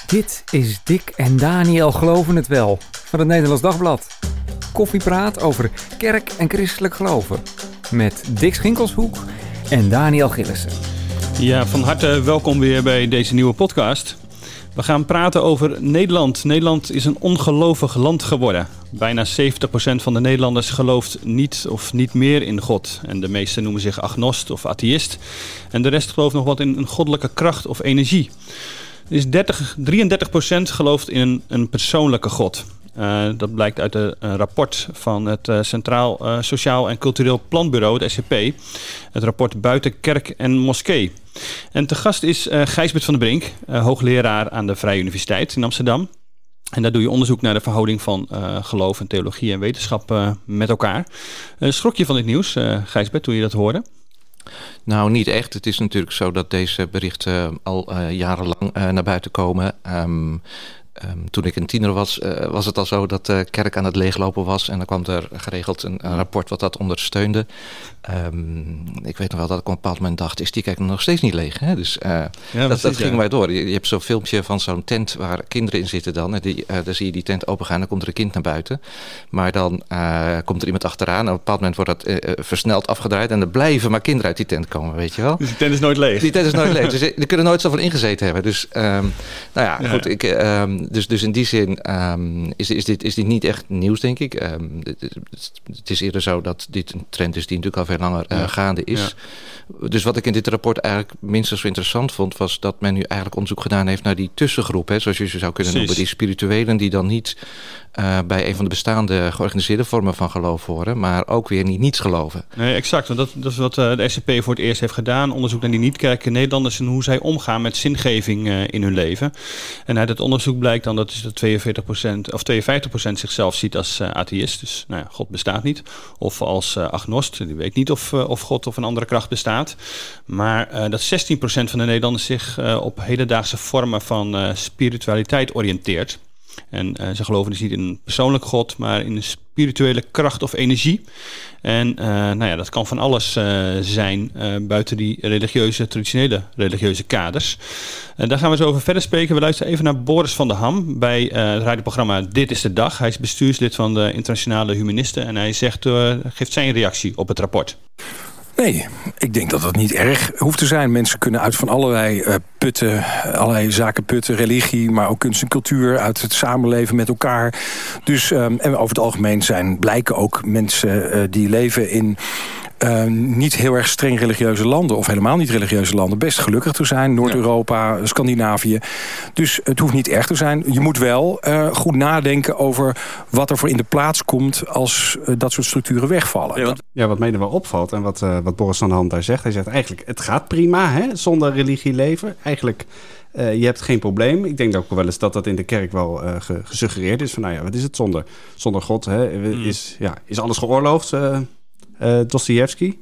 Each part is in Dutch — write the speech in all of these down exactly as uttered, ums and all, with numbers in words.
Dit is Dick en Daniel Geloven het Wel van het Nederlands Dagblad. Koffiepraat over kerk en christelijk geloven. Met Dick Schinkelshoek en Daniel Gillissen. Ja, van harte welkom weer bij deze nieuwe podcast. We gaan praten over Nederland. Nederland is een ongelovig land geworden. Bijna zeventig procent van de Nederlanders gelooft niet of niet meer in God. En de meesten noemen zich agnost of atheïst. En de rest gelooft nog wat in een goddelijke kracht of energie. Dus dertig, drieëndertig procent gelooft in een, een persoonlijke God. Uh, dat blijkt uit een uh, rapport van het uh, Centraal uh, Sociaal en Cultureel Planbureau, het S C P. Het rapport Buiten Kerk en Moskee. En te gast is uh, Gijsbert van der Brink, uh, hoogleraar aan de Vrije Universiteit in Amsterdam. En daar doe je onderzoek naar de verhouding van uh, geloof en theologie en wetenschap uh, met elkaar. Uh, schrok je van dit nieuws, uh, Gijsbert, toen je dat hoorde? Nou, niet echt. Het is natuurlijk zo dat deze berichten uh, al uh, jarenlang uh, naar buiten komen. Um, Um, toen ik een tiener was, uh, was het al zo dat de kerk aan het leeglopen was. En dan kwam er geregeld een, een rapport wat dat ondersteunde. Um, ik weet nog wel dat ik op een bepaald moment dacht, is die kerk nog steeds niet leeg? Hè? Dus uh, ja, dat, precies, dat ging ja. mij door. Je, je hebt zo'n filmpje van zo'n tent waar kinderen in zitten dan. En die, uh, dan zie je die tent opengaan en dan komt er een kind naar buiten. Maar dan uh, komt er iemand achteraan. En op een bepaald moment wordt dat uh, versneld afgedraaid. En er blijven maar kinderen uit die tent komen, weet je wel. Dus die tent is nooit leeg? Die tent is nooit leeg. Dus die kunnen nooit zoveel ingezeten hebben. Dus um, nou ja, ja. goed. Ik... Um, Dus, dus in die zin um, is, is, dit, is dit niet echt nieuws, denk ik. Um, het, het is eerder zo dat dit een trend is die natuurlijk al veel langer uh, ja. gaande is. Ja. Dus wat ik in dit rapport eigenlijk minstens zo interessant vond, was dat men nu eigenlijk onderzoek gedaan heeft naar die tussengroep, hè, zoals je ze zou kunnen Precies. noemen. Die spirituelen die dan niet uh, bij een van de bestaande georganiseerde vormen van geloof horen, maar ook weer niet niets geloven. Nee, exact. Want dat, dat is wat uh, de S C P voor het eerst heeft gedaan. Onderzoek naar die niet-kerkelijke Nederlanders en hoe zij omgaan met zingeving uh, in hun leven. En uit het onderzoek blijkt dan dat, is dat tweeënveertig procent of tweeënvijftig procent zichzelf ziet als uh, atheïst. Dus nou ja, God bestaat niet. Of als uh, agnost. Die weet niet of, uh, of God of een andere kracht bestaat. Maar uh, dat zestien procent van de Nederlanders zich uh, op hedendaagse vormen van uh, spiritualiteit oriënteert. En uh, ze geloven dus niet in een persoonlijk God, maar in een spirituele kracht of energie. En uh, nou ja, dat kan van alles uh, zijn uh, buiten die religieuze, traditionele religieuze kaders. Uh, daar gaan we zo over verder spreken. We luisteren even naar Boris van der Ham bij uh, het radioprogramma Dit is de Dag. Hij is bestuurslid van de Internationale Humanisten en hij zegt, uh, geeft zijn reactie op het rapport. Nee, ik denk dat dat niet erg hoeft te zijn. Mensen kunnen uit van allerlei uh, putten, allerlei zaken putten, religie, maar ook kunst en cultuur, uit het samenleven met elkaar. Dus, um, en over het algemeen zijn blijken ook mensen uh, die leven in Uh, niet heel erg streng religieuze landen, of helemaal niet religieuze landen, best gelukkig te zijn. Noord-Europa, ja. Scandinavië. Dus het hoeft niet erg te zijn. Je moet wel uh, goed nadenken over wat er voor in de plaats komt als uh, dat soort structuren wegvallen. Ja, wat, ja, wat mij er wel opvalt en wat, uh, wat Boris van der Ham daar zegt. Hij zegt eigenlijk, het gaat prima, hè, zonder religie leven. Eigenlijk, uh, je hebt geen probleem. Ik denk ook wel eens dat dat in de kerk wel uh, ge- gesuggereerd is. Van nou ja, wat is het zonder, zonder God? Hè? Is, ja, is alles geoorloofd? Uh, Uh, Dostojevski.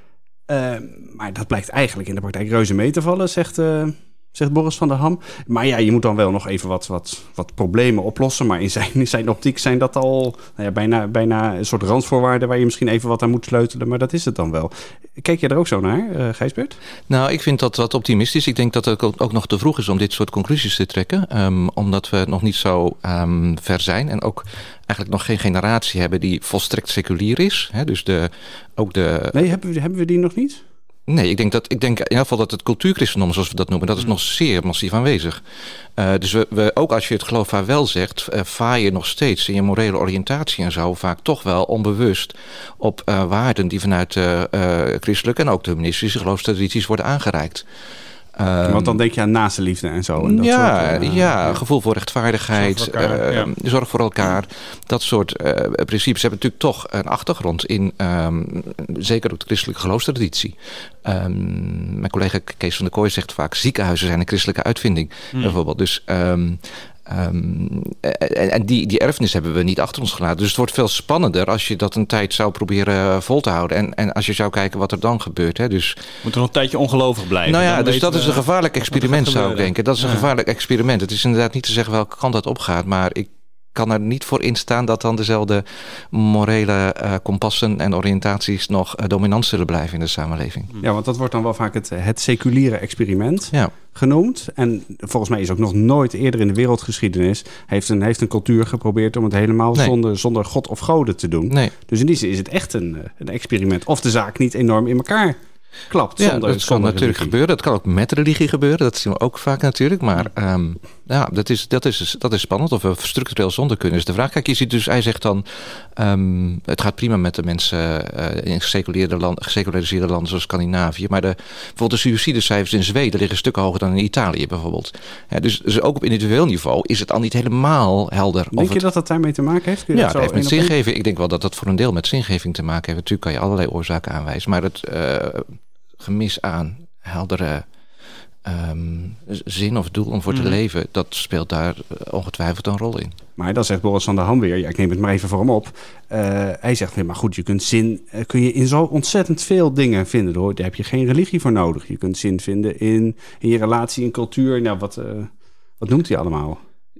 Uh, maar dat blijkt eigenlijk in de praktijk reuze mee te vallen, zegt, uh, zegt Boris van der Ham. Maar ja, je moet dan wel nog even wat, wat, wat problemen oplossen. Maar in zijn, in zijn optiek zijn dat al nou ja, bijna, bijna een soort randvoorwaarden waar je misschien even wat aan moet sleutelen. Maar dat is het dan wel. Kijk je er ook zo naar, uh, Gijsbert? Nou, ik vind dat wat optimistisch. Ik denk dat het ook nog te vroeg is om dit soort conclusies te trekken. Um, omdat we nog niet zo um, ver zijn. En ook eigenlijk nog geen generatie hebben die volstrekt seculier is. Hè? Dus de, ook de... Nee, hebben we, hebben we die nog niet? Nee, ik denk, dat, ik denk in ieder geval dat het cultuurchristendom, zoals we dat noemen, dat is nog zeer massief aanwezig. Uh, dus we, we, ook als je het geloof waar wel zegt, uh, vaar je nog steeds in je morele oriëntatie en zo vaak toch wel onbewust op uh, waarden die vanuit uh, uh, christelijke en ook de humanistische geloofstradities worden aangereikt. Um, Want dan denk je aan naastenliefde en zo. En dat ja, soort, uh, ja, ja, gevoel voor rechtvaardigheid, zorg voor elkaar. Uh, ja. Zorg voor elkaar. Dat soort uh, principes hebben natuurlijk toch een achtergrond in, um, zeker ook de christelijke geloofstraditie. Um, mijn collega Kees van der Kooi zegt vaak, ziekenhuizen zijn een christelijke uitvinding, hmm. bijvoorbeeld. Dus Um, Um, en en die, die erfenis hebben we niet achter ons gelaten. Dus het wordt veel spannender als je dat een tijd zou proberen vol te houden. En, en als je zou kijken wat er dan gebeurt. Hè. Dus, moet er nog een tijdje ongelovig blijven. Nou ja, dus dat is een gevaarlijk experiment, zou ik denken. Dat is een ja. gevaarlijk experiment. Het is inderdaad niet te zeggen welke kant dat opgaat. Maar ik kan er niet voor instaan dat dan dezelfde morele uh, kompassen en oriëntaties nog uh, dominant zullen blijven in de samenleving. Ja, want dat wordt dan wel vaak het, het seculiere experiment ja. genoemd. En volgens mij is ook nog nooit eerder in de wereldgeschiedenis heeft een, heeft een cultuur geprobeerd om het helemaal nee. zonder, zonder God of goden te doen. Nee. Dus in die zin is het echt een, een experiment. Of de zaak niet enorm in elkaar klapt. Ja, zonder, dat kan natuurlijk religie. gebeuren. Dat kan ook met religie gebeuren. Dat zien we ook vaak natuurlijk. Maar um, ja, dat is, dat, is, dat is spannend. Of we structureel zonder kunnen is de vraag. Kijk, je ziet dus, hij zegt dan, um, het gaat prima met de mensen uh, in geseculariseerde, land, geseculariseerde landen zoals Scandinavië. Maar de, bijvoorbeeld de suïcidecijfers in Zweden liggen stukken hoger dan in Italië bijvoorbeeld. Ja, dus, dus ook op individueel niveau is het al niet helemaal helder. Denk of je dat dat daarmee te maken heeft? Kun je ja, dat het zo heeft met zingeving. Ik denk wel dat dat voor een deel met zingeving te maken heeft. Natuurlijk kan je allerlei oorzaken aanwijzen. Maar het uh, gemis aan heldere um, zin of doel om voor te mm. leven, dat speelt daar ongetwijfeld een rol in. Maar dan zegt Boris van der Ham weer, ja, ik neem het maar even voor hem op. Uh, hij zegt, maar goed, je kunt zin uh, kun je in zo ontzettend veel dingen vinden. Hoor. Daar heb je geen religie voor nodig. Je kunt zin vinden in, in je relatie, in cultuur. Nou, wat, uh, wat noemt hij allemaal?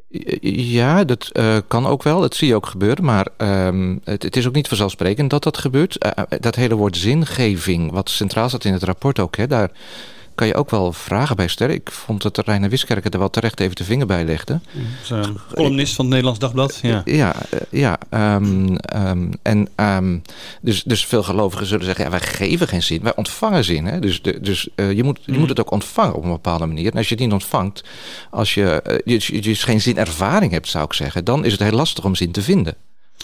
Ja, dat uh, kan ook wel. Dat zie je ook gebeuren. Maar um, het, het is ook niet vanzelfsprekend dat dat gebeurt. Uh, dat hele woord zingeving, wat centraal staat in het rapport ook, hè, daar kan je ook wel vragen bij stellen. Ik vond dat Reiner Wiskerker er wel terecht even de vinger bij legde. Uh, columnist van het Nederlands Dagblad. Ja, ja, ja um, um, en um, dus, dus veel gelovigen zullen zeggen, ja, wij geven geen zin, wij ontvangen zin. Hè? Dus, de, dus uh, je, moet, je mm. moet het ook ontvangen op een bepaalde manier. En als je het niet ontvangt, als je, uh, je, je dus geen zinervaring hebt, zou ik zeggen, dan is het heel lastig om zin te vinden.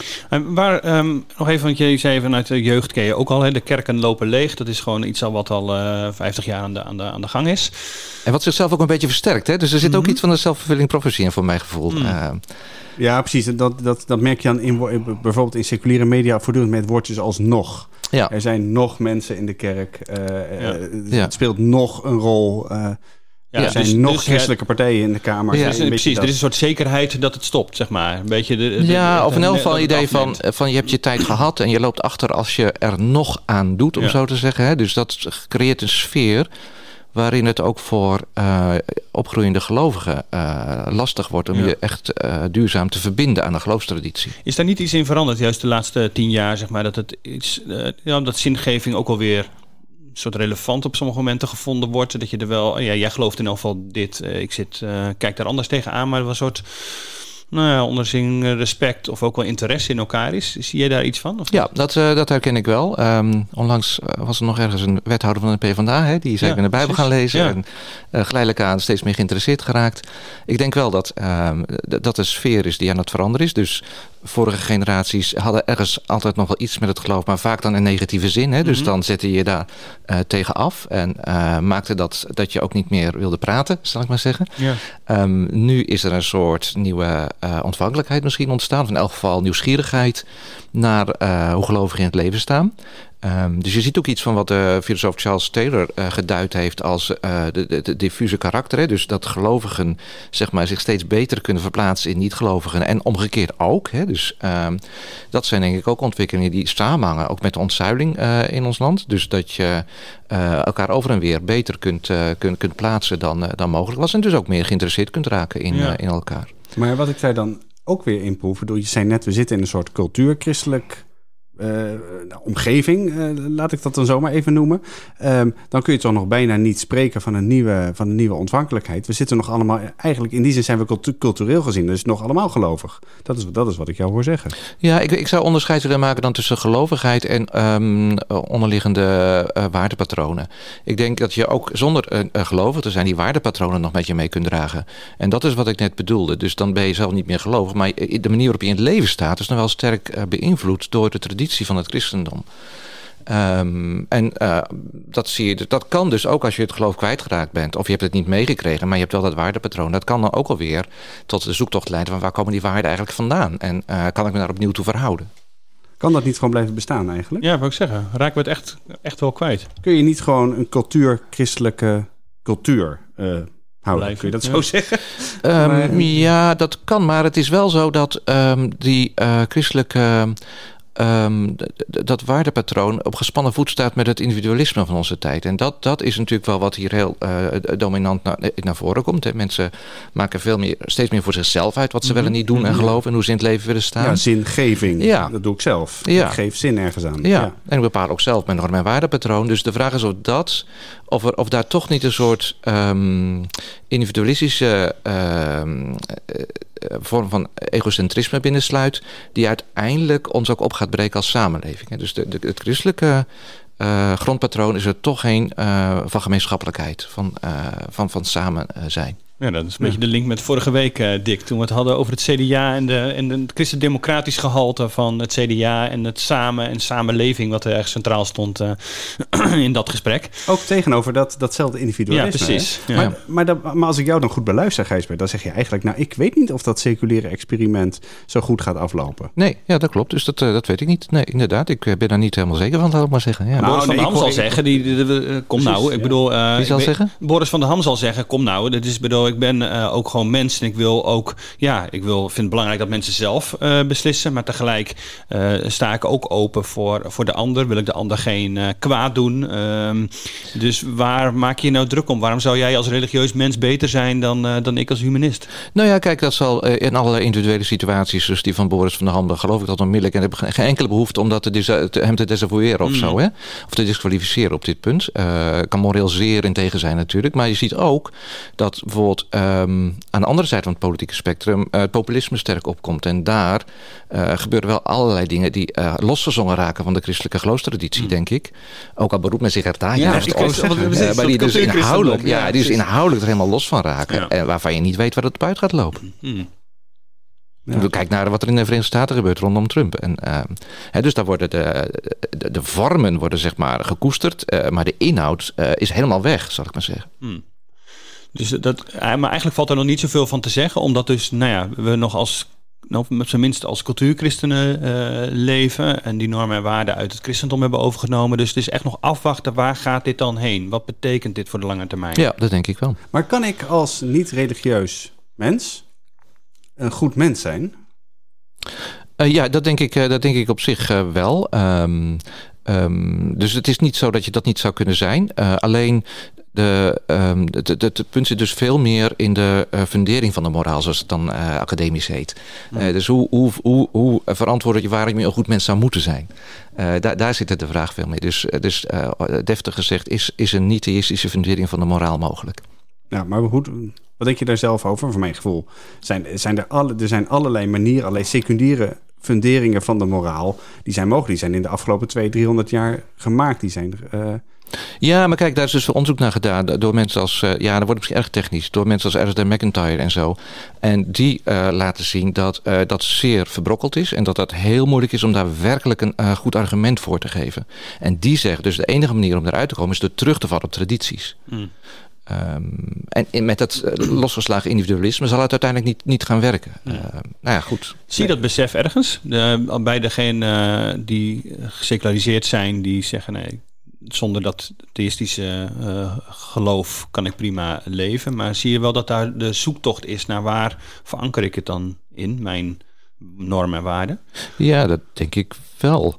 En waar, um, nog even, want je zei vanuit de jeugd ken je ook al, hè, de kerken lopen leeg. Dat is gewoon iets al wat al uh, vijftig jaar aan de, aan, de, aan de gang is. En wat zichzelf ook een beetje versterkt. Hè? Dus er zit mm-hmm. ook iets van de self-fulfilling prophecy in voor mijn gevoel. Mm. Uh, ja, precies. Dat, dat, dat merk je dan in, bijvoorbeeld in seculiere media voortdurend met woordjes als nog. Ja. Er zijn nog mensen in de kerk. Uh, ja. uh, ja. Het speelt nog een rol. Uh, Ja, er zijn dus, nog dus, christelijke partijen in de Kamer. Ja, ja, precies, dat. Er is een soort zekerheid dat het stopt, zeg maar. Een beetje de, de, ja, de, of in elk geval een idee van, van je hebt je tijd gehad en je loopt achter als je er nog aan doet, om ja. zo te zeggen. Hè? Dus dat creëert een sfeer waarin het ook voor uh, opgroeiende gelovigen uh, lastig wordt om ja. je echt uh, duurzaam te verbinden aan de geloofstraditie. Is daar niet iets in veranderd, juist de laatste tien jaar, zeg maar, dat het iets, uh, ja, dat zingeving ook alweer soort relevant op sommige momenten gevonden wordt, dat je er wel, ja, jij gelooft in elk geval dit, uh, ik zit, uh, kijk daar anders tegenaan, maar er was een soort, nou ja, onderzin respect of ook wel interesse in elkaar is. Zie je daar iets van? Of ja, dat, uh, dat herken ik wel. Um, onlangs was er nog ergens een wethouder van de PvdA, hè, die zei ja, in de Bijbel gaan lezen ja. en uh, geleidelijk aan steeds meer geïnteresseerd geraakt. Ik denk wel dat um, d- dat de sfeer is die aan het veranderen is. Dus vorige generaties hadden ergens altijd nog wel iets met het geloof, maar vaak dan in negatieve zin. Hè? Dus mm-hmm. dan zette je je daar uh, tegen af en uh, maakte dat dat je ook niet meer wilde praten, zal ik maar zeggen. Ja. Um, nu is er een soort nieuwe uh, ontvankelijkheid misschien ontstaan, of in elk geval nieuwsgierigheid naar uh, hoe gelovigen in het leven staan. Um, dus je ziet ook iets van wat de filosoof Charles Taylor uh, geduid heeft als uh, de, de, de diffuse karakter. Hè? Dus dat gelovigen, zeg maar, zich steeds beter kunnen verplaatsen in niet-gelovigen en omgekeerd ook. Hè? Dus um, dat zijn denk ik ook ontwikkelingen die samenhangen, ook met de ontzuiling uh, in ons land. Dus dat je uh, elkaar over en weer beter kunt, uh, kunt, kunt plaatsen dan, uh, dan mogelijk was. En dus ook meer geïnteresseerd kunt raken in, ja. uh, in elkaar. Maar wat ik daar dan ook weer in proef, je zei net, we zitten in een soort cultuur-christelijk Uh, nou, omgeving, uh, laat ik dat dan zomaar even noemen. Um, dan kun je toch nog bijna niet spreken van een nieuwe, van een nieuwe ontvankelijkheid. We zitten nog allemaal, eigenlijk in die zin zijn we cultu- cultureel gezien, dus nog allemaal gelovig. Dat is, dat is wat ik jou hoor zeggen. Ja, ik, ik zou onderscheid willen maken dan tussen gelovigheid en um, onderliggende uh, waardepatronen. Ik denk dat je ook zonder uh, gelovig te zijn die waardepatronen nog met je mee kunt dragen. En dat is wat ik net bedoelde. Dus dan ben je zelf niet meer gelovig, maar de manier waarop je in het leven staat is nog wel sterk uh, beïnvloed door de traditie van het christendom. Um, en uh, dat zie je, dat kan dus ook als je het geloof kwijtgeraakt bent, of je hebt het niet meegekregen, maar je hebt wel dat waardepatroon. Dat kan dan ook alweer tot de zoektocht leiden van waar komen die waarden eigenlijk vandaan? En uh, kan ik me daar opnieuw toe verhouden? Kan dat niet gewoon blijven bestaan eigenlijk? Ja, wou ik zeggen. Raken we het echt, echt wel kwijt? Kun je niet gewoon een cultuur, christelijke cultuur uh, houden? Blijven. Kun je dat ja. zo zeggen? Um, maar, ja, dat kan, maar het is wel zo dat um, die uh, christelijke um, d- d- dat waardepatroon op gespannen voet staat met het individualisme van onze tijd. En dat, dat is natuurlijk wel wat hier heel uh, dominant na, naar voren komt. Hè. Mensen maken veel meer, steeds meer voor zichzelf uit wat ze mm-hmm. wel en niet doen en geloven en hoe ze in het leven willen staan. Ja, zingeving. Ja. Dat doe ik zelf. Ja. Ik geef zin ergens aan. Ja. Ja. En ik bepaal ook zelf mijn norm- en waardepatroon. Dus de vraag is of dat, of, er, of daar toch niet een soort um, individualistische um, uh, vorm van egocentrisme binnensluit, die uiteindelijk ons ook op gaat breken als samenleving. Dus de, de, het christelijke uh, grondpatroon is er toch een uh, van gemeenschappelijkheid, van, uh, van, van samen uh, zijn. Ja, dat is een beetje de link met vorige week, uh, Dick. Toen we het hadden over het C D A en, de, en het christendemocratisch gehalte van het C D A en het samen en samenleving, wat er erg centraal stond uh, in dat gesprek. Ook tegenover dat, datzelfde individualisme. Ja, precies. Ja. Maar, maar, dat, maar als ik jou dan goed beluister, Gijsbert, dan zeg je eigenlijk, nou, ik weet niet of dat seculiere experiment zo goed gaat aflopen. Nee, ja, dat klopt. Dus dat, uh, dat weet ik niet. Nee, inderdaad. Ik ben daar niet helemaal zeker van, zal ik maar zeggen. Ja. Nou, Boris van nee, der Ham zal zeggen, die, die, die, die, kom precies, nou, ik ja. bedoel... Uh, Wie zal ik zeggen? Boris van der Ham zal zeggen, kom nou, dat is, bedoel, ik ben uh, ook gewoon mens en ik wil ook, ja, ik wil, vind het belangrijk dat mensen zelf uh, beslissen, maar tegelijk uh, sta ik ook open voor, voor de ander, wil ik de ander geen uh, kwaad doen. Um, dus waar maak je je nou druk om? Waarom zou jij als religieus mens beter zijn dan, uh, dan ik als humanist? Nou ja, kijk, dat zal uh, in allerlei individuele situaties, dus die van Boris van der Ham, dan geloof ik dat onmiddellijk, en ik heb geen enkele behoefte om dat te desa- te, hem te desavoueren of mm. zo, hè? Of te disqualificeren op dit punt. Uh, kan moreel zeer in tegen zijn natuurlijk, maar je ziet ook dat bijvoorbeeld um, aan de andere zijde van het politieke spectrum uh, het populisme sterk opkomt. En daar uh, gebeuren wel allerlei dingen die uh, losgezongen raken van de christelijke geloofstraditie, mm. denk ik. Ook al beroept men zich er daar ja, juist op. Uh, maar die dus inhoudelijk, ja, ja, die dus inhoudelijk er helemaal los van raken. Ja. En waarvan je niet weet waar het op uit gaat lopen. Mm. Ja. Kijk naar wat er in de Verenigde Staten gebeurt rondom Trump. En, uh, hè, dus daar worden de, de, de vormen worden zeg maar gekoesterd, uh, maar de inhoud uh, is helemaal weg, zal ik maar zeggen. Mm. Dus dat, maar eigenlijk valt er nog niet zoveel van te zeggen, omdat dus, nou ja, we nog als, nou, met zijn minst als cultuurchristenen uh, leven en die normen en waarden uit het christendom hebben overgenomen. Dus het is echt nog afwachten, waar gaat dit dan heen? Wat betekent dit voor de lange termijn? Ja, dat denk ik wel. Maar kan ik als niet-religieus mens een goed mens zijn? Uh, ja, dat denk ik, uh, dat denk ik op zich uh, wel. Um, um, dus het is niet zo dat je dat niet zou kunnen zijn. Uh, alleen de, um, het, het, het punt zit dus veel meer in de uh, fundering van de moraal, zoals het dan uh, academisch heet. Uh, dus hoe, hoe, hoe, hoe verantwoord je waarom je een goed mens zou moeten zijn? Uh, daar, daar zit de vraag veel mee. Dus, dus uh, deftig gezegd, is, is een niet-theïstische fundering van de moraal mogelijk? Ja, maar hoe, wat denk je daar zelf over? Voor mijn gevoel zijn, zijn er, alle, er zijn allerlei manieren, allerlei secundaire funderingen van de moraal. Die zijn mogelijk. Die zijn in de afgelopen tweehonderd, driehonderd jaar gemaakt. Die zijn uh... Ja, maar kijk, daar is dus veel onderzoek naar gedaan door mensen als, uh, ja, dat wordt misschien erg technisch, door mensen als R S D McIntyre en zo. En die uh, laten zien dat uh, dat zeer verbrokkeld is en dat dat heel moeilijk is om daar werkelijk een uh, goed argument voor te geven. En die zeggen dus de enige manier om eruit te komen is door terug te vallen op tradities. Mm. Um, en met dat uh, losgeslagen individualisme zal het uiteindelijk niet, niet gaan werken. Uh, nou ja, goed. Zie je dat besef ergens? De, bij degenen uh, die geseculariseerd zijn, die zeggen nee, zonder dat theïstische uh, geloof kan ik prima leven. Maar zie je wel dat daar de zoektocht is naar waar veranker ik het dan in, mijn normen en waarden? Ja, dat denk ik wel.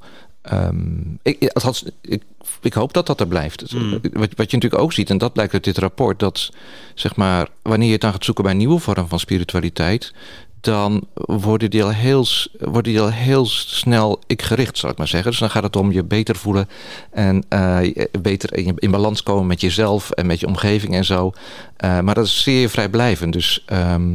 Um, ik, althans, ik, ik hoop dat dat er blijft. Mm. Wat, wat je natuurlijk ook ziet, en dat blijkt uit dit rapport, dat zeg maar, wanneer je het dan gaat zoeken bij een nieuwe vorm van spiritualiteit, dan worden die al heel, worden die al heel snel ik-gericht, zal ik maar zeggen. Dus dan gaat het om je beter voelen en uh, beter in, in balans komen met jezelf en met je omgeving en zo. Uh, maar dat is zeer vrijblijvend. Dus um,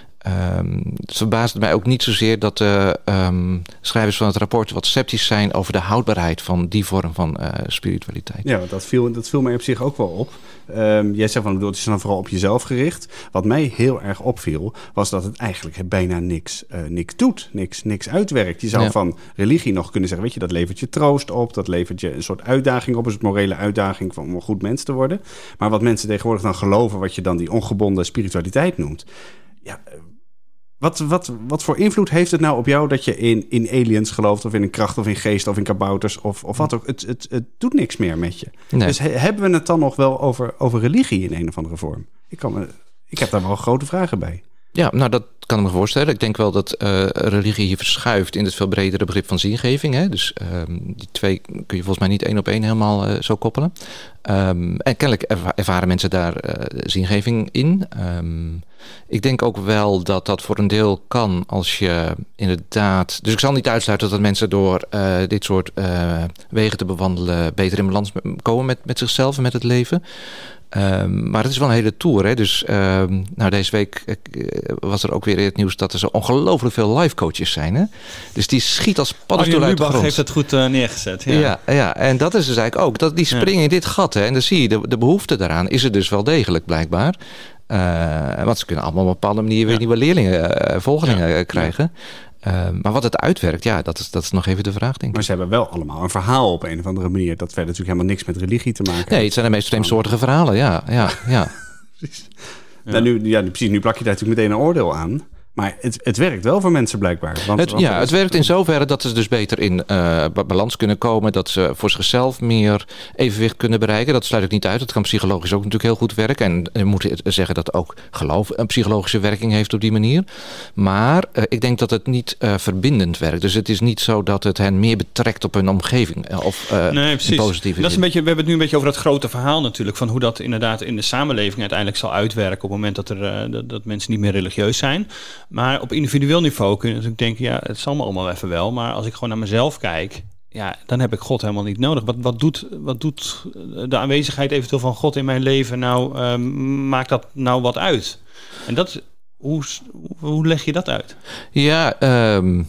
Um, het verbaast mij ook niet zozeer dat de um, schrijvers van het rapport wat sceptisch zijn over de houdbaarheid van die vorm van uh, spiritualiteit. Ja, dat viel, dat viel mij op zich ook wel op. Um, jij zegt van, bedoel, het is dan vooral op jezelf gericht. Wat mij heel erg opviel, was dat het eigenlijk bijna niks, uh, niks doet, niks, niks uitwerkt. Je zou ja. van religie nog kunnen zeggen, weet je, dat levert je troost op, dat levert je een soort uitdaging op, een soort morele uitdaging om een goed mens te worden. Maar wat mensen tegenwoordig dan geloven, wat je dan die ongebonden spiritualiteit noemt, ja, Wat, wat, wat voor invloed heeft het nou op jou dat je in, in aliens gelooft, of in een kracht, of in geest, of in kabouters, of, of wat ook? Het, het, het doet niks meer met je. Nee. Dus he, hebben we het dan nog wel over, over religie in een of andere vorm? Ik, kan me, ik heb daar wel grote vragen bij. Ja, nou dat kan ik me voorstellen. Ik denk wel dat uh, religie hier verschuift in het veel bredere begrip van zingeving. Hè? Dus um, die twee kun je volgens mij niet één op één helemaal uh, zo koppelen. Um, en kennelijk erva- ervaren mensen daar uh, zingeving in. Um, ik denk ook wel dat dat voor een deel kan als je inderdaad... Dus ik zal niet uitsluiten dat mensen door uh, dit soort uh, wegen te bewandelen beter in balans komen met, met zichzelf en met het leven. Um, maar het is wel een hele tour. Hè? Dus um, nou, deze week uh, was er ook weer in het nieuws dat er zo ongelooflijk veel life coaches zijn. Hè? Dus die schiet als paddenstoel uit de grond. heeft het goed uh, neergezet. Ja. Ja, ja, en dat is dus eigenlijk ook. Dat die springen ja. in dit gat. Hè? En dan zie je, de, de behoefte daaraan is er dus wel degelijk blijkbaar. Uh, want ze kunnen allemaal op een bepaalde manier weer ja. nieuwe leerlingen, uh, volgelingen ja. krijgen. Uh, maar wat het uitwerkt, ja, dat is, dat is nog even de vraag, denk ik. Maar ze hebben wel allemaal een verhaal op een of andere manier. Dat verder natuurlijk helemaal niks met religie te maken heeft. Nee, het zijn de meest vreemdsoortige verhalen, ja. ja, ja. Precies. Ja. Nou, nu, ja, precies. Nu plak je daar natuurlijk meteen een oordeel aan. Maar het, het werkt wel voor mensen blijkbaar. Want, het, want ja, het werkt in zoverre dat ze dus beter in uh, balans kunnen komen. Dat ze voor zichzelf meer evenwicht kunnen bereiken. Dat sluit ik niet uit. Dat kan psychologisch ook natuurlijk heel goed werken. En we moeten zeggen dat ook geloof een psychologische werking heeft op die manier. Maar uh, ik denk dat het niet uh, verbindend werkt. Dus het is niet zo dat het hen meer betrekt op hun omgeving. Of uh, nee, precies. positieve dat is een beetje, we hebben het nu een beetje over dat grote verhaal natuurlijk. Van hoe dat inderdaad in de samenleving uiteindelijk zal uitwerken. Op het moment dat, er, uh, dat, dat mensen niet meer religieus zijn. Maar op individueel niveau kun je natuurlijk denken, ja, het zal me allemaal even wel. Maar als ik gewoon naar mezelf kijk, ja, dan heb ik God helemaal niet nodig. Wat, wat, doet, wat doet de aanwezigheid eventueel van God in mijn leven nou, uh, maakt dat nou wat uit? En dat, hoe, hoe leg je dat uit? Ja, um,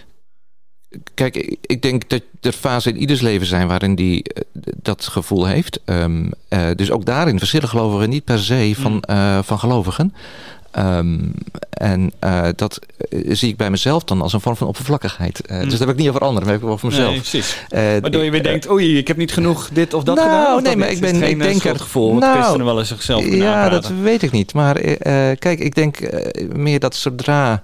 kijk, ik denk dat er fasen in ieders leven zijn waarin die uh, dat gevoel heeft. Um, uh, dus ook daarin verschillen gelovigen niet per se van, uh, van gelovigen. Um, en uh, dat uh, zie ik bij mezelf dan als een vorm van oppervlakkigheid. Uh, mm. Dus dat heb ik niet over anderen, maar heb ik over mezelf. Nee, precies. Uh, Waardoor je weer uh, denkt, oei, ik heb niet genoeg dit of dat nou, gedaan. Of nee, maar niet? ik ben, geen ik denk het gevoel wat nou, christenen wel eens zichzelf kunnen ja, aanpraten. dat weet ik niet. Maar uh, kijk, ik denk uh, meer dat zodra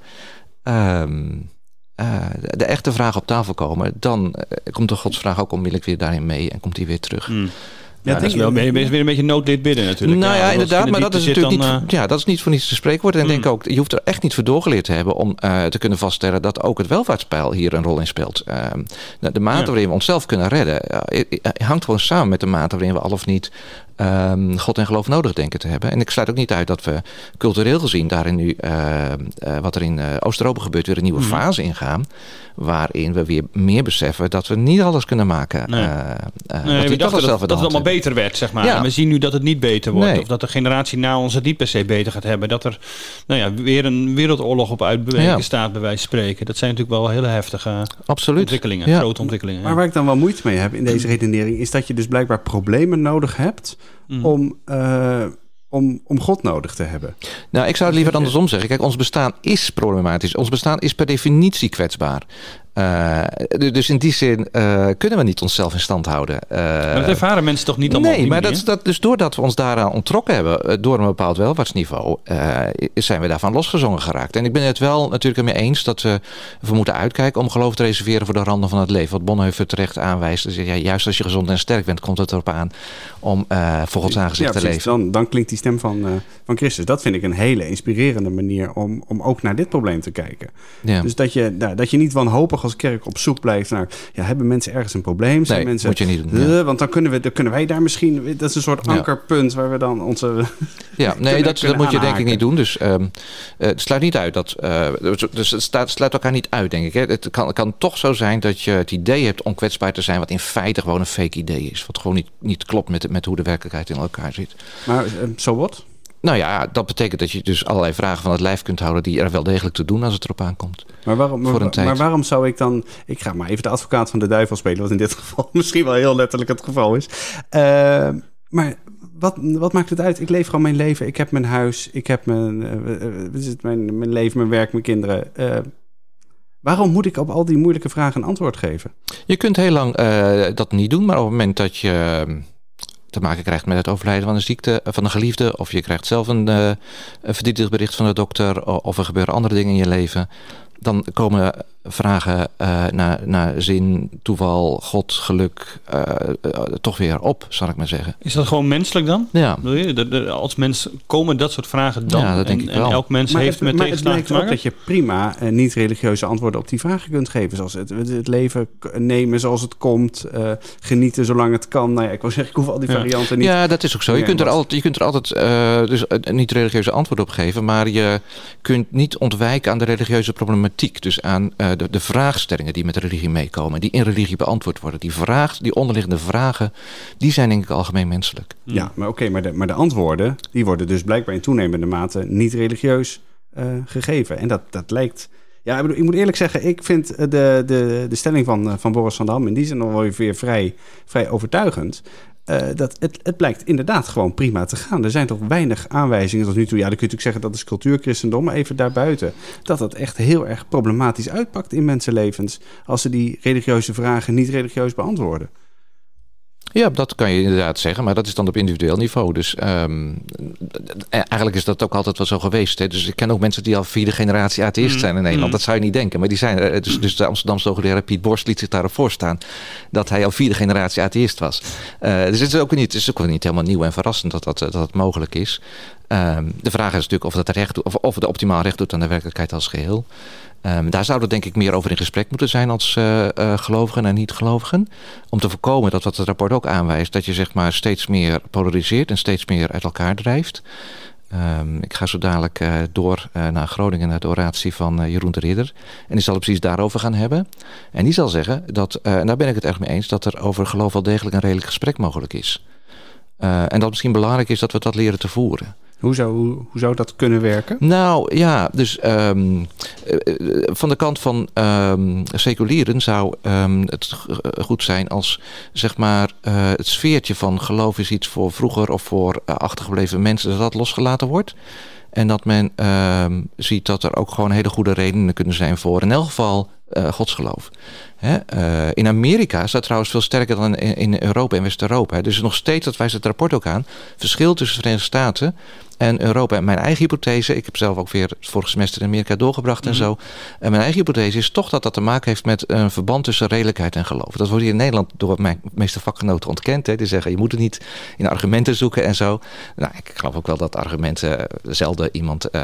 um, uh, de, de echte vragen op tafel komen, dan uh, komt de godsvraag ook onmiddellijk weer daarin mee en komt die weer terug. Mm. Ja, ja, dat is wel weer, weer een beetje noodlid bidden natuurlijk. Nou ja, ja inderdaad, maar dat is natuurlijk dan, niet, uh... ja, dat is niet voor niets te spreekwoord. En mm. denk ook, je hoeft er echt niet voor doorgeleerd te hebben om uh, te kunnen vaststellen dat ook het welvaartspeil hier een rol in speelt. Uh, de mate ja. waarin we onszelf kunnen redden, uh, hangt gewoon samen met de mate waarin we al of niet Um, God en geloof nodig denken te hebben. En ik sluit ook niet uit dat we cultureel gezien daarin nu, uh, uh, wat er in uh, Oost-Europa gebeurt, weer een nieuwe mm. fase ingaan. Waarin we weer meer beseffen dat we niet alles kunnen maken. Nee, uh, uh, nee we dachten dat, dat het allemaal hebben. beter werd, zeg maar. Ja. En we zien nu dat het niet beter wordt. Nee. Of dat de generatie na ons het niet per se beter gaat hebben. Dat er nou ja, weer een wereldoorlog op uitbewegen ja. staat, bij wijze van spreken. Dat zijn natuurlijk wel hele heftige Absoluut. ontwikkelingen. Ja. Grote ontwikkelingen. Maar ja. waar ik dan wel moeite mee heb in deze redenering, is dat je dus blijkbaar problemen nodig hebt mm. om, uh, om, om God nodig te hebben. Nou, ik zou het liever andersom zeggen. Kijk, ons bestaan is problematisch. Ons bestaan is per definitie kwetsbaar. Uh, dus in die zin uh, kunnen we niet onszelf in stand houden. Uh, maar dat ervaren mensen toch niet allemaal Nee, op die maar dat, dat, dus doordat we ons daaraan onttrokken hebben, door een bepaald welvaartsniveau, uh, zijn we daarvan losgezongen geraakt. En ik ben het wel natuurlijk ermee eens dat we, we moeten uitkijken om geloof te reserveren voor de randen van het leven. Wat Bonhoeffer terecht aanwijst. Dus ja, juist als je gezond en sterk bent, komt het erop aan om uh, voor Gods aangezicht ja, te leven. Dan, dan klinkt die stem van, uh, van Christus. Dat vind ik een hele inspirerende manier om, om ook naar dit probleem te kijken. Ja. Dus dat je, nou, dat je niet wanhopig als kerk op zoek blijft naar, ja, hebben mensen ergens een probleem? Zijn nee, mensen, moet je niet doen. Uh, ja. Want dan kunnen, we, dan kunnen wij daar misschien, dat is een soort ankerpunt waar we dan onze... Ja, nee, kunnen, dat, dat moet je denk ik niet doen. Dus um, het sluit niet uit dat, uh, dus het sluit, sluit elkaar niet uit, denk ik. Hè. Het kan, het kan toch zo zijn dat je het idee hebt om kwetsbaar te zijn, wat in feite gewoon een fake idee is. Wat gewoon niet, niet klopt met, met hoe de werkelijkheid in elkaar zit. Maar zo uh, so wat? Nou ja, dat betekent dat je dus allerlei vragen van het lijf kunt houden die er wel degelijk toe doen als het erop aankomt. Maar waarom, maar, maar waarom zou ik dan... Ik ga maar even de advocaat van de duivel spelen, wat in dit geval misschien wel heel letterlijk het geval is. Uh, maar wat, wat maakt het uit? Ik leef gewoon mijn leven. Ik heb mijn huis. Ik heb mijn, uh, mijn, mijn leven, mijn werk, mijn kinderen. Uh, waarom moet ik op al die moeilijke vragen een antwoord geven? Je kunt heel lang uh, dat niet doen, maar op het moment dat je... Uh, te maken krijgt met het overlijden van een ziekte van een geliefde, of je krijgt zelf een, uh, een verdrietig bericht van de dokter, of er gebeuren andere dingen in je leven, dan komen vragen uh, naar, naar zin, toeval, God, geluk uh, uh, toch weer op, zal ik maar zeggen. Is dat gewoon menselijk dan? Ja. Je, de, de, als mens komen dat soort vragen dan? Ja, dat denk en, ik wel. En elk mens maar heeft het, met maar het tegenslagen blijkt te ook maken? dat je prima uh, niet-religieuze antwoorden op die vragen kunt geven. Zoals het, het leven nemen zoals het komt. Uh, genieten zolang het kan. Nou ja, ik wil zeggen, ik hoef al die Ja. varianten niet. Ja, dat is ook zo. Je kunt er altijd, je kunt er altijd uh, dus een niet-religieuze antwoord op geven. Maar je kunt niet ontwijken aan de religieuze problematiek. Dus aan uh, de, de vraagstellingen die met religie meekomen. Die in religie beantwoord worden. Die, vraag, die onderliggende vragen, die zijn denk ik algemeen menselijk. Ja, maar oké, okay, maar, de, maar de antwoorden, die worden dus blijkbaar in toenemende mate niet religieus uh, gegeven. En dat, dat lijkt... Ja, ik, bedoel, ik moet eerlijk zeggen, ik vind de, de, de stelling van, van Boris van Dam in die zin nog wel weer vrij, vrij overtuigend. Uh, dat het, het blijkt inderdaad gewoon prima te gaan. Er zijn toch weinig aanwijzingen tot nu toe. Ja, dan kun je natuurlijk zeggen dat is cultuurchristendom, maar even daarbuiten. Dat het echt heel erg problematisch uitpakt in mensenlevens als ze die religieuze vragen niet religieus beantwoorden. Ja, dat kan je inderdaad zeggen, maar dat is dan op individueel niveau. Dus um, eigenlijk is dat ook altijd wel zo geweest. Hè? Dus ik ken ook mensen die al vierde generatie atheïst zijn in Nederland. Mm. Dat zou je niet denken, maar die zijn er. Dus, dus de Amsterdamse hoogleraar Piet Borst liet zich daarop voorstaan dat hij al vierde generatie atheïst was. Uh, dus het is ook niet, het is ook niet helemaal nieuw en verrassend dat dat, dat, dat mogelijk is. Um, de vraag is natuurlijk of dat recht doet, of, of het optimaal recht doet aan de werkelijkheid als geheel. Um, daar zouden we denk ik meer over in gesprek moeten zijn als uh, uh, gelovigen en niet-gelovigen. Om te voorkomen dat wat het rapport ook aanwijst, dat je zeg maar steeds meer polariseert en steeds meer uit elkaar drijft. Um, ik ga zo dadelijk uh, door uh, naar Groningen, naar de oratie van uh, Jeroen de Ridder. En die zal het precies daarover gaan hebben. En die zal zeggen, dat, uh, en daar ben ik het erg mee eens, dat er over geloof wel degelijk een redelijk gesprek mogelijk is. Uh, en dat het misschien belangrijk is dat we dat leren te voeren. Hoe zou, hoe, hoe zou dat kunnen werken? Nou ja, dus um, uh, van de kant van um, seculieren zou um, het goed zijn als zeg maar uh, het sfeertje van geloof is iets voor vroeger of voor uh, achtergebleven mensen, dat dat losgelaten wordt. En dat men uh, ziet dat er ook gewoon hele goede redenen kunnen zijn voor in elk geval uh, godsgeloof. Hè? Uh, in Amerika is dat trouwens veel sterker dan in, in Europa en West-Europa. Dus nog steeds, dat wijst het rapport ook aan, verschil tussen de Verenigde Staten en Europa. En mijn eigen hypothese, ik heb zelf ook weer het vorige semester in Amerika doorgebracht en mm-hmm. zo. En mijn eigen hypothese is toch dat dat te maken heeft met een verband tussen redelijkheid en geloof. Dat wordt hier in Nederland door mijn meeste vakgenoten ontkend. Hè. Die zeggen, je moet het niet in argumenten zoeken en zo. Nou, ik geloof ook wel dat argumenten zelden iemand uh,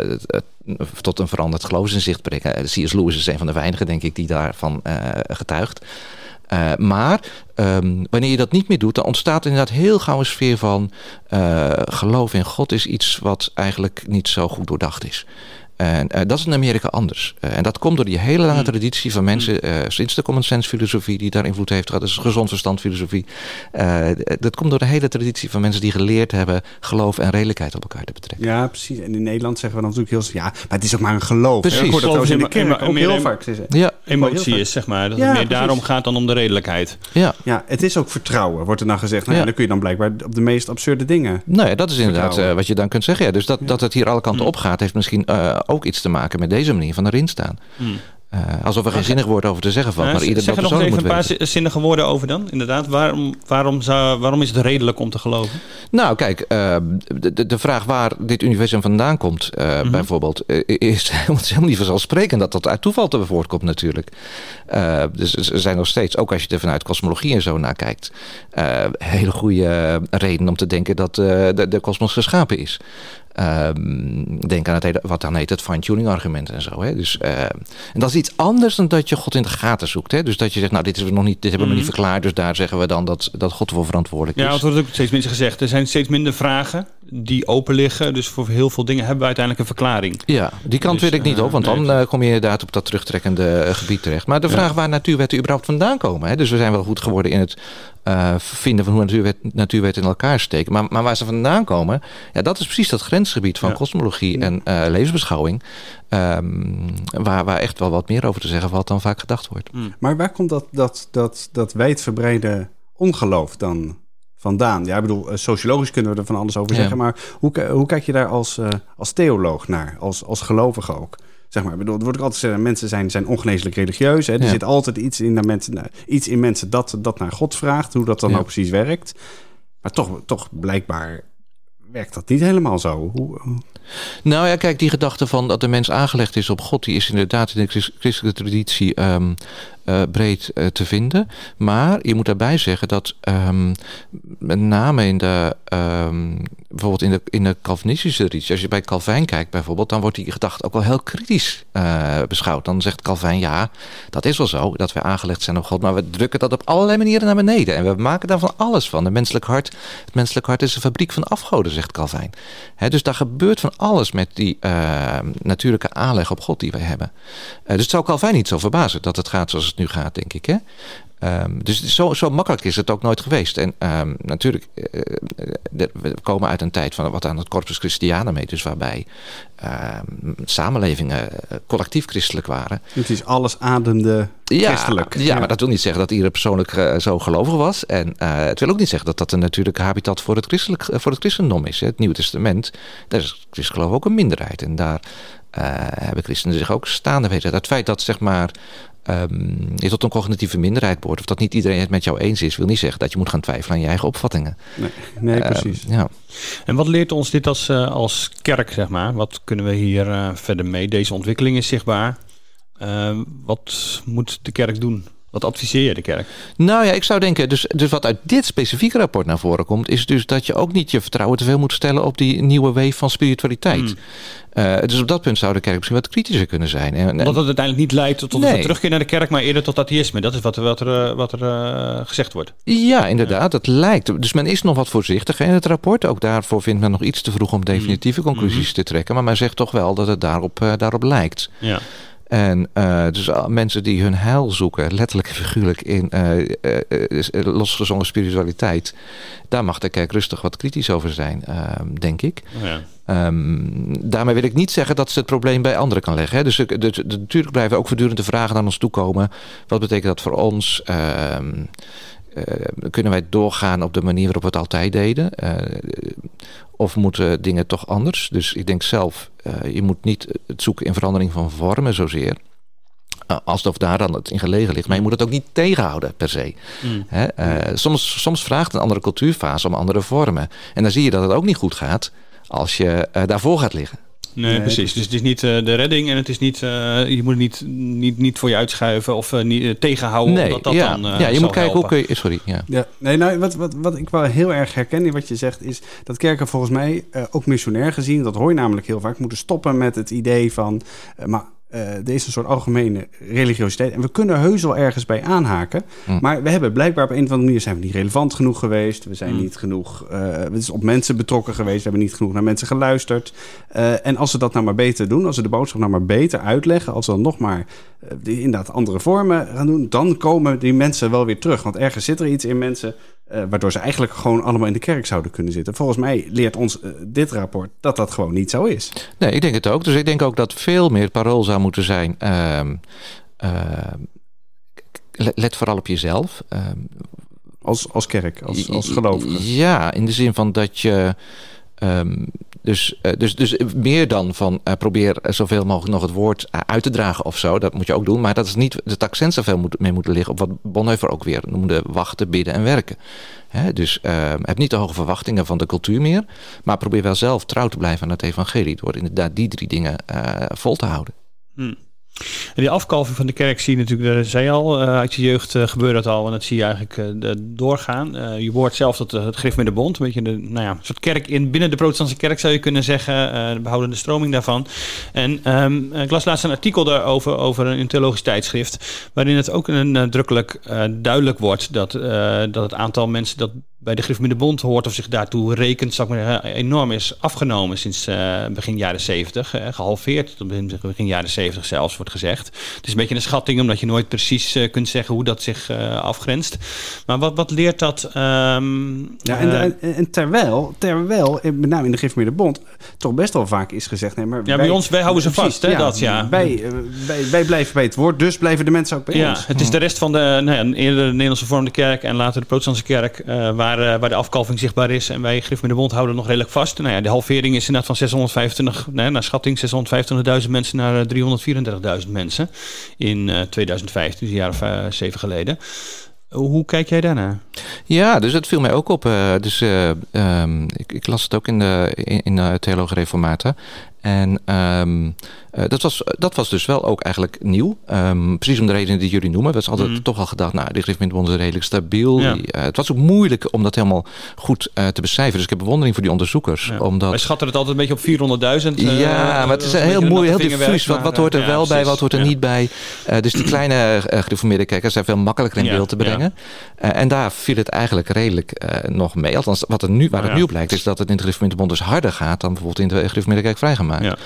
tot een veranderd geloofsinzicht brengen. C S Lewis is een van de weinigen, denk ik, die daarvan uh, getuigt. Uh, maar um, wanneer je dat niet meer doet, dan ontstaat inderdaad heel gauw een sfeer van uh, geloof in God is iets wat eigenlijk niet zo goed doordacht is. En uh, dat is in Amerika anders. Uh, en dat komt door die hele lange traditie van mensen, uh, sinds de common sense filosofie die daar invloed heeft gehad, dus gezond verstand filosofie. Uh, dat komt door de hele traditie van mensen die geleerd hebben geloof en redelijkheid op elkaar te betrekken. Ja, precies. En in Nederland zeggen we dan natuurlijk heel, ja, maar het is ook maar een geloof. Precies. Ik hoor dat trouwens in de kerk ook heel em- vaak. Ja. Emotie is, zeg maar. Dat ja, het meer precies. daarom gaat dan om de redelijkheid. Ja. Ja, het is ook vertrouwen, wordt er dan gezegd. Nou, Ja. ja, dan kun je dan blijkbaar op de meest absurde dingen. Nou ja, dat is inderdaad vertrouwen. uh, wat je dan kunt zeggen. Ja, dus dat, Ja. dat het hier alle kanten op gaat, heeft misschien uh, ook iets te maken met deze manier van erin staan. Hmm. Uh, alsof er geen zinnig woord over te zeggen valt, Ja, maar ieder zeg dat er nog persoonlijk even moet een weten. paar zinnige woorden over dan. Inderdaad, waarom, waarom, zou, waarom is het redelijk om te geloven? Nou, kijk, uh, de, de vraag waar dit universum vandaan komt, uh, mm-hmm. bijvoorbeeld, uh, is helemaal niet vanzelfsprekend dat dat uit toeval te voortkomt natuurlijk. Uh, dus er zijn nog steeds, ook als je er vanuit kosmologie en zo naar kijkt, uh, hele goede redenen om te denken dat uh, de, de kosmos geschapen is. Uh, denk aan het hele, wat dan heet het fine-tuning argument en zo. Hè? Dus, uh, en dat is iets anders dan dat je God in de gaten zoekt. Hè? Dus dat je zegt, nou, dit, is nog niet, dit hebben we mm-hmm. nog niet verklaard, dus daar zeggen we dan dat, dat God voor verantwoordelijk is. Ja, het wordt ook steeds minder gezegd. Er zijn steeds minder vragen die open liggen. Dus voor heel veel dingen hebben we uiteindelijk een verklaring. Ja, die kant dus, wil ik niet uh, op, want nee, dan uh, kom je inderdaad op dat terugtrekkende uh, gebied terecht. Maar de vraag ja. waar natuurwetten überhaupt vandaan komen. Hè? Dus we zijn wel goed geworden in het uh, vinden van hoe natuurwet, natuurwetten in elkaar steken. Maar, maar waar ze vandaan komen, ja, dat is precies dat grensgebied van ja. kosmologie en uh, levensbeschouwing. Um, waar, waar echt wel wat meer over te zeggen valt dan vaak gedacht wordt. Mm. Maar waar komt dat, dat, dat, dat wijdverbreide ongeloof dan vandaan? Ja, ik bedoel, sociologisch kunnen we er van alles over zeggen. Ja. Maar hoe, hoe kijk je daar als, uh, als theoloog naar? Als, als gelovige ook? Zeg maar, ik bedoel, er wordt ook altijd gezegd, mensen zijn, zijn ongeneeslijk religieus. Hè? Er ja. zit altijd iets in, de mensen, nou, iets in mensen dat, dat naar God vraagt. Hoe dat dan ja. nou precies werkt. Maar toch, toch blijkbaar werkt dat niet helemaal zo. Hoe, hoe... Nou ja, kijk, die gedachte van dat de mens aangelegd is op God, die is inderdaad in de christ- christelijke traditie um, uh, breed uh, te vinden. Maar je moet daarbij zeggen dat um, met name in de, um, bijvoorbeeld in de, in de Calvinistische traditie, als je bij Calvijn kijkt bijvoorbeeld, dan wordt die gedachte ook wel heel kritisch uh, beschouwd. Dan zegt Calvijn, ja, dat is wel zo, dat we aangelegd zijn op God, maar we drukken dat op allerlei manieren naar beneden. En we maken daar van alles van. De menselijk hart, het menselijk hart is een fabriek van afgoden, zegt Calvijn. He, dus daar gebeurt van alles met die uh, natuurlijke aanleg op God die wij hebben. Uh, dus het zou Calvijn niet zo verbazen dat het gaat zoals het nu gaat, denk ik. Hè? Um, dus zo, zo makkelijk is het ook nooit geweest. En um, natuurlijk, uh, de, we komen uit een tijd van wat aan het Corpus Christianum heet, dus waarbij uh, samenlevingen uh, collectief christelijk waren. Het is alles ademde christelijk. Ja, ja, maar dat wil niet zeggen dat iedereen persoonlijk uh, zo gelovig was. En uh, het wil ook niet zeggen dat dat een natuurlijke habitat voor het, christelijk, uh, voor het christendom is. Hè. Het Nieuwe Testament, daar is christelijk geloof ook een minderheid. En daar uh, hebben christenen zich ook staande weten. Het feit dat, zeg maar, Um, je tot een cognitieve minderheid behoort, of dat niet iedereen het met jou eens is, wil niet zeggen dat je moet gaan twijfelen aan je eigen opvattingen. Nee, nee precies. Uh, ja. En wat leert ons dit als, uh, als kerk, zeg maar? Wat kunnen we hier uh, verder mee? Deze ontwikkeling is zichtbaar. Uh, wat moet de kerk doen? Wat adviseer je de kerk? Nou ja, ik zou denken, dus, dus wat uit dit specifieke rapport naar voren komt, is dus dat je ook niet je vertrouwen te veel moet stellen op die nieuwe wave van spiritualiteit. Mm. Uh, dus op dat punt zou de kerk misschien wat kritischer kunnen zijn. En, Omdat het uiteindelijk niet leidt tot nee. een terugkeer naar de kerk, maar eerder tot atheïsme. Dat is wat er, wat er, wat er uh, gezegd wordt. Ja, inderdaad, ja. Dat lijkt. Dus men is nog wat voorzichtig in het rapport. Ook daarvoor vindt men nog iets te vroeg om definitieve conclusies mm-hmm. te trekken. Maar men zegt toch wel dat het daarop, uh, daarop lijkt. Ja. En uh, dus uh, mensen die hun heil zoeken, letterlijk en figuurlijk in uh, uh, uh, losgezongen spiritualiteit, daar mag de kerk rustig wat kritisch over zijn, uh, denk ik. Ja. Um, daarmee wil ik niet zeggen dat ze het probleem bij anderen kan leggen. Hè. Dus, dus, dus natuurlijk blijven ook voortdurend de vragen naar ons toe komen. Wat betekent dat voor ons? Uh, Uh, kunnen wij doorgaan op de manier waarop we het altijd deden? Uh, of moeten dingen toch anders? Dus ik denk zelf, uh, je moet niet het zoeken in verandering van vormen zozeer. Uh, alsof daar dan het in gelegen ligt. Maar je moet het ook niet tegenhouden per se. Mm. Hè? Uh, soms, soms vraagt een andere cultuurfase om andere vormen. En dan zie je dat het ook niet goed gaat als je uh, daarvoor gaat liggen. Nee, nee, precies. Dus het is niet uh, de redding en het is niet, uh, je moet het niet, niet, niet voor je uitschuiven of uh, niet, uh, tegenhouden. Nee, omdat dat ja, dan uh, ja, je moet kijken helpen. hoe kun je. Sorry. Ja. Ja, nee, nou, wat, wat, wat ik wel heel erg herken in wat je zegt, is dat kerken volgens mij uh, ook missionair gezien, dat hoor je namelijk heel vaak, moeten stoppen met het idee van, uh, maar Uh, er is een soort algemene religiositeit. En we kunnen heus wel ergens bij aanhaken. Mm. Maar we hebben blijkbaar op een of andere manier zijn we niet relevant genoeg geweest. We zijn mm. niet genoeg uh, het is op mensen betrokken geweest. We hebben niet genoeg naar mensen geluisterd. Uh, en als ze dat nou maar beter doen, als ze de boodschap nou maar beter uitleggen, als ze dan nog maar uh, die inderdaad andere vormen gaan doen, dan komen die mensen wel weer terug. Want ergens zit er iets in mensen Uh, waardoor ze eigenlijk gewoon allemaal in de kerk zouden kunnen zitten. Volgens mij leert ons uh, dit rapport dat dat gewoon niet zo is. Nee, ik denk het ook. Dus ik denk ook dat veel meer parool zou moeten zijn. Uh, uh, let vooral op jezelf. Uh, als, als kerk, als, als gelovige. Ja, in de zin van dat je Um, dus, uh, dus, dus meer dan van uh, probeer zoveel mogelijk nog het woord uh, uit te dragen of zo. Dat moet je ook doen. Maar dat is niet het accent zoveel moet, mee moeten liggen op wat Bonhoeffer ook weer noemde: wachten, bidden en werken. Hè, dus uh, heb niet de hoge verwachtingen van de cultuur meer. Maar probeer wel zelf trouw te blijven aan het evangelie. Door inderdaad die drie dingen uh, vol te houden. Hmm. En die afkalving van de kerk zie je natuurlijk, dat zei je al, uh, uit je jeugd uh, gebeurt dat al. En dat zie je eigenlijk uh, de, doorgaan. Uh, je hoort zelf dat uh, het Griff met de Bond, een beetje de, nou ja, een soort kerk in, binnen de protestantse kerk zou je kunnen zeggen. Uh, de behoudende stroming daarvan. En um, ik las laatst een artikel daarover, over een theologisch tijdschrift, waarin het ook een, nadrukkelijk uh, duidelijk wordt dat, uh, dat het aantal mensen dat bij de Griff met de Bond hoort of zich daartoe rekent, zou ik maar zeggen, enorm is afgenomen sinds uh, begin jaren zeventig. Uh, gehalveerd tot begin, begin jaren zeventig zelfs, wordt gezegd. Het is een beetje een schatting, omdat je nooit precies uh, kunt zeggen hoe dat zich uh, afgrenst. Maar wat, wat leert dat? Um, ja, en, uh, en, en terwijl, terwijl, met name in de Griff met de Bond, toch best wel vaak is gezegd, nee, maar ja, wij, bij ons, wij houden ze precies, vast, hè, ja, dat, ja. Wij, wij, wij blijven bij het woord, dus blijven de mensen ook bij ja, ons. Het is de rest van de, nou ja, eerder de Nederlandse Vormde Kerk en later de protestantse kerk, uh, waar, uh, waar de afkalving zichtbaar is. En wij Griff met de Bond houden nog redelijk vast. Nou ja, de halvering is inderdaad van zeshonderdvijfentwintig, nee, naar schatting zeshonderdvijfentwintigduizend mensen naar driehonderdvierendertigduizend mensen in uh, tweeduizend vijftien, dus een jaar of uh, zeven geleden. Hoe kijk jij daarnaar? Ja, dus het viel mij ook op. Uh, dus, uh, um, ik, ik las het ook in de in, in de Theologische Reformata. En um, uh, dat, was, dat was dus wel ook eigenlijk nieuw. Um, precies om de redenen die jullie noemen. We hadden altijd mm. toch al gedacht, nou, de Griffmynbond is redelijk stabiel. Ja. Uh, het was ook moeilijk om dat helemaal goed uh, te becijferen. Dus ik heb bewondering voor die onderzoekers. Ja. Omdat... Wij schatten het altijd een beetje op vierhonderdduizend. Uh, ja, maar het is een heel moeilijk, heel diffuus. Wat, wat hoort er ja, wel precies. bij, wat hoort er ja. niet bij? Uh, dus die kleine uh, gereformeerde kerken zijn veel makkelijker in ja. beeld te brengen. Ja. Uh, en daar viel het eigenlijk redelijk uh, nog mee. Althans, wat er nu, waar het ja. nu blijkt, is dat het in de Griffmynbond dus harder gaat dan bijvoorbeeld in de Gereformeerde Kerk vrijgemaakt. Ja.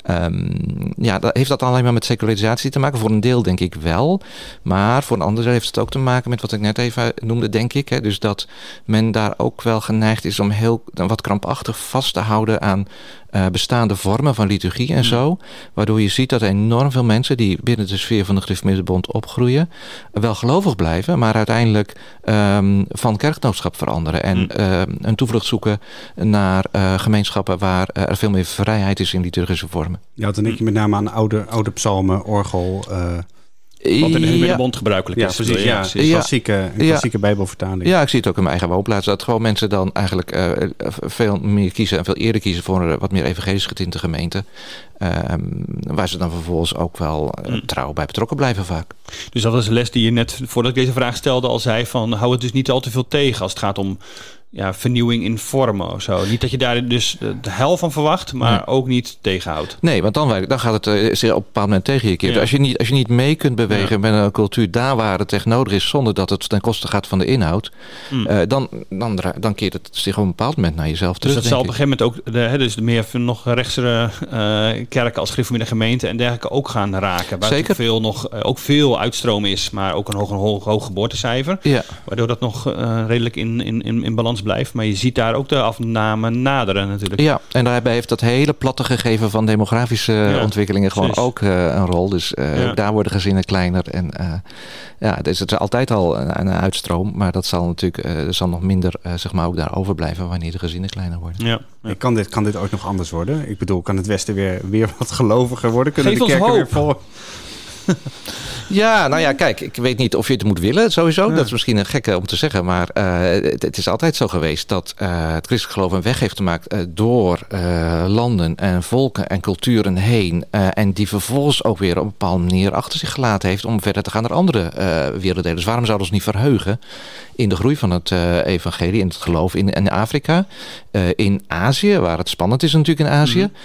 Um, ja, dat, heeft dat alleen maar met secularisatie te maken? Voor een deel denk ik wel. Maar voor een ander deel heeft het ook te maken met wat ik net even noemde, denk ik. Hè? Dus dat men daar ook wel geneigd is om heel wat krampachtig vast te houden aan uh, bestaande vormen van liturgie en mm. zo. Waardoor je ziet dat enorm veel mensen die binnen de sfeer van de Gereformeerde Bond opgroeien, wel gelovig blijven, maar uiteindelijk um, van kerkgenootschap veranderen. En mm. uh, een toevlucht zoeken naar uh, gemeenschappen waar uh, er veel meer vrijheid is in liturgische vormen. Ja, dan denk je met name aan oude, oude psalmen, orgel. Uh, wat in de Gereformeerde Bond gebruikelijk ja, is. Precies, ja, precies. Ja. Klassieke, een klassieke ja. bijbelvertaling. Ja, ik zie het ook in mijn eigen woonplaats. Dat gewoon mensen dan eigenlijk uh, veel meer kiezen en veel eerder kiezen voor een wat meer evangelisch getinte gemeente. Uh, waar ze dan vervolgens ook wel uh, trouw bij betrokken blijven vaak. Dus dat was een les die je net, voordat ik deze vraag stelde, al zei van hou het dus niet al te veel tegen als het gaat om ja, vernieuwing in vormen of zo. Niet dat je daar dus de hel van verwacht, maar nee. ook niet tegenhoudt. Nee, want dan, dan gaat het uh, op een bepaald moment tegen je keer. Ja. Als je niet, als je niet mee kunt bewegen ja. met een cultuur daar waar het echt nodig is, zonder dat het ten koste gaat van de inhoud, mm. uh, dan, dan, dan keert het zich op een bepaald moment naar jezelf terug. Dus dat zal op een gegeven moment ook de, hè, dus de meer nog rechtsere uh, kerken als gereformeerde gemeente en dergelijke ook gaan raken. Waar Zeker. Veel nog, uh, ook veel uitstroom is, maar ook een hoog, een hoog, hoog geboortecijfer. Ja. Waardoor dat nog uh, redelijk in, in, in, in balans blijft. Maar je ziet daar ook de afname naderen natuurlijk. Ja, en daarbij heeft dat hele platte gegeven van demografische ja, ontwikkelingen gewoon precies. ook uh, een rol. Dus uh, ja. daar worden gezinnen kleiner. En uh, ja, dus het is altijd al een, een uitstroom. Maar dat zal natuurlijk uh, er zal nog minder uh, zeg maar ook daar overblijven wanneer de gezinnen kleiner worden. Ja. Ja. Kan, dit, kan dit ooit nog anders worden? Ik bedoel, kan het Westen weer, weer wat geloviger worden? Kunnen Geef de kerken ons weer vol... Ja, nou ja, kijk, ik weet niet of je het moet willen, sowieso. Ja. Dat is misschien een gekke om te zeggen, maar uh, het, het is altijd zo geweest dat uh, het christelijk geloof een weg heeft gemaakt uh, door uh, landen en volken en culturen heen. Uh, en die vervolgens ook weer op een bepaalde manier achter zich gelaten heeft om verder te gaan naar andere uh, werelddelen. Dus waarom zouden we ons niet verheugen in de groei van het uh, evangelie, in het geloof in, in Afrika, uh, in Azië, waar het spannend is natuurlijk in Azië. Mm.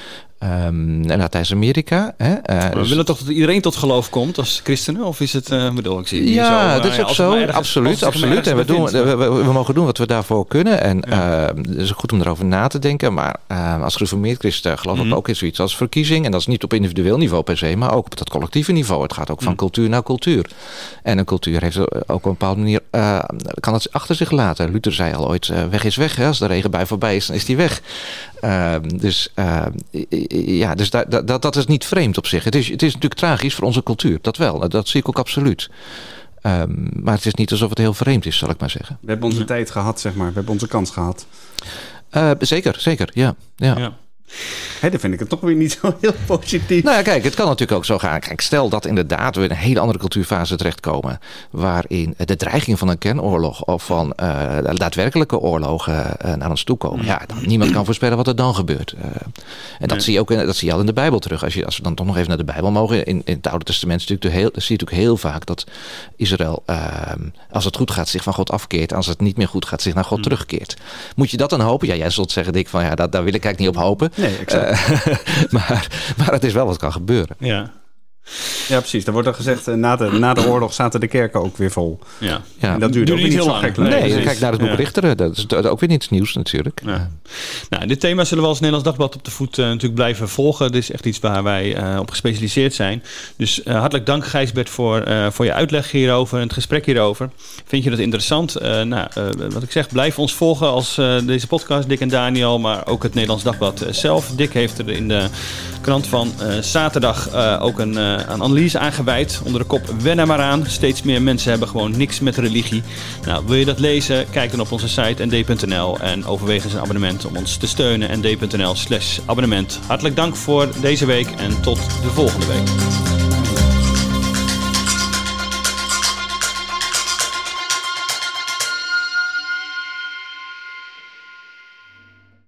Um, en Latijns-Amerika. Hè? Uh, we dus... willen toch dat iedereen tot geloof komt als christenen? Of is het, uh, bedoel ik, zie ja, zo, dat is ook zo. Ergens, absoluut, absoluut. En we, doen, we, we, we mogen doen wat we daarvoor kunnen. En ja. uh, het is goed om erover na te denken. Maar uh, als gereformeerd christen geloof mm-hmm. ik ook in zoiets als verkiezing. En dat is niet op individueel niveau per se, maar ook op dat collectieve niveau. Het gaat ook van mm. cultuur naar cultuur. En een cultuur heeft ook op een bepaalde manier, uh, kan het achter zich laten. Luther zei al ooit, uh, weg is weg. Hè? Als de regenbui voorbij is, dan is die weg. Uh, dus uh, ja, dus da, da, dat, dat is niet vreemd op zich. Het is, het is natuurlijk tragisch voor onze cultuur, dat wel. Dat zie ik ook absoluut. Um, maar het is niet alsof het heel vreemd is, zal ik maar zeggen. We hebben onze ja. tijd gehad, zeg maar. We hebben onze kans gehad. Uh, zeker, zeker, ja. ja. ja. Hey, dan vind ik het toch weer niet zo heel positief. Nou ja, kijk, het kan natuurlijk ook zo gaan. Kijk, stel dat inderdaad we in een hele andere cultuurfase terechtkomen, waarin de dreiging van een kernoorlog of van uh, daadwerkelijke oorlogen uh, naar ons toe komen. Ja, dan, niemand kan voorspellen wat er dan gebeurt. Uh, en dat, nee. zie je ook in, dat zie je al in de Bijbel terug. Als, je, als we dan toch nog even naar de Bijbel mogen. In, in het Oude Testament zie je natuurlijk heel, natuurlijk heel vaak dat Israël, uh, als het goed gaat, zich van God afkeert. Als het niet meer goed gaat, zich naar God mm. terugkeert. Moet je dat dan hopen? Ja, jij zult zeggen, Dick, van ja, dat, daar wil ik eigenlijk niet op hopen. Nee, exact. Uh, maar, maar het is wel wat kan gebeuren. Ja. Ja, precies. Er wordt dan gezegd, na de, na de oorlog zaten de kerken ook weer vol. Ja. Ja. En dat duurde ook niet heel lang. lang. Nee, nee kijk naar het boek ja. Richteren. Dat is ook weer niets nieuws natuurlijk. Ja. Nou, dit thema zullen we als Nederlands Dagblad op de voet uh, natuurlijk blijven volgen. Dit is echt iets waar wij uh, op gespecialiseerd zijn. Dus uh, hartelijk dank Gijsbert voor, uh, voor je uitleg hierover en het gesprek hierover. Vind je dat interessant? Uh, nou, uh, wat ik zeg, blijf ons volgen als uh, deze podcast, Dick en Daniel, maar ook het Nederlands Dagblad uh, zelf. Dick heeft er in de krant van uh, zaterdag uh, ook een, uh, een analyse aangeweid onder de kop Wen er maar aan. Steeds meer mensen hebben gewoon niks met religie. Nou, wil je dat lezen? Kijk dan op onze site n d punt n l en overweeg eens een abonnement om ons te steunen. n d punt n l slash abonnement. Hartelijk dank voor deze week en tot de volgende week.